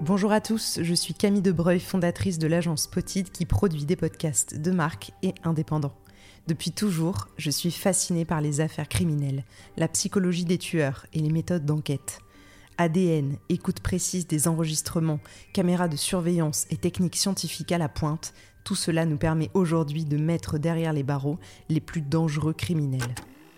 Bonjour à tous, je suis Camille Debreuil, fondatrice de l'agence Spotted qui produit des podcasts de marque et indépendants. Depuis toujours, je suis fascinée par les affaires criminelles, la psychologie des tueurs et les méthodes d'enquête. ADN, écoute précise des enregistrements, caméras de surveillance et techniques scientifiques à la pointe, tout cela nous permet aujourd'hui de mettre derrière les barreaux les plus dangereux criminels.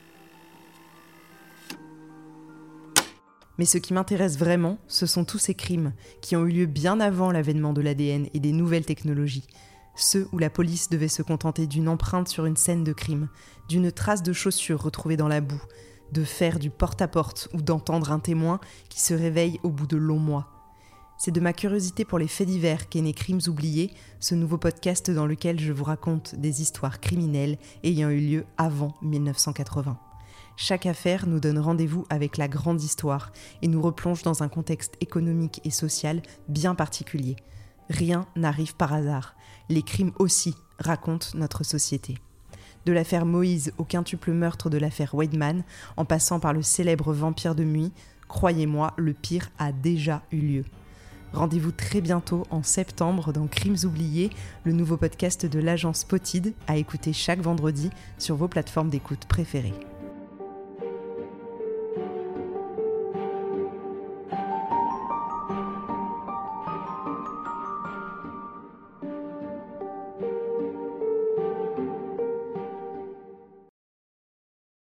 Mais ce qui m'intéresse vraiment, ce sont tous ces crimes qui ont eu lieu bien avant l'avènement de l'ADN et des nouvelles technologies. Ceux où la police devait se contenter d'une empreinte sur une scène de crime, d'une trace de chaussure retrouvée dans la boue, de faire du porte-à-porte ou d'entendre un témoin qui se réveille au bout de longs mois. C'est de ma curiosité pour les faits divers qu'est né Crimes oubliés, ce nouveau podcast dans lequel je vous raconte des histoires criminelles ayant eu lieu avant 1980. Chaque affaire nous donne rendez-vous avec la grande histoire et nous replonge dans un contexte économique et social bien particulier. Rien n'arrive par hasard. Les crimes aussi racontent notre société. De l'affaire Moïse au quintuple meurtre de l'affaire Weidman, en passant par le célèbre vampire de Muy, croyez-moi, le pire a déjà eu lieu. Rendez-vous très bientôt en septembre dans Crimes oubliés, le nouveau podcast de l'agence Spotted à écouter chaque vendredi sur vos plateformes d'écoute préférées.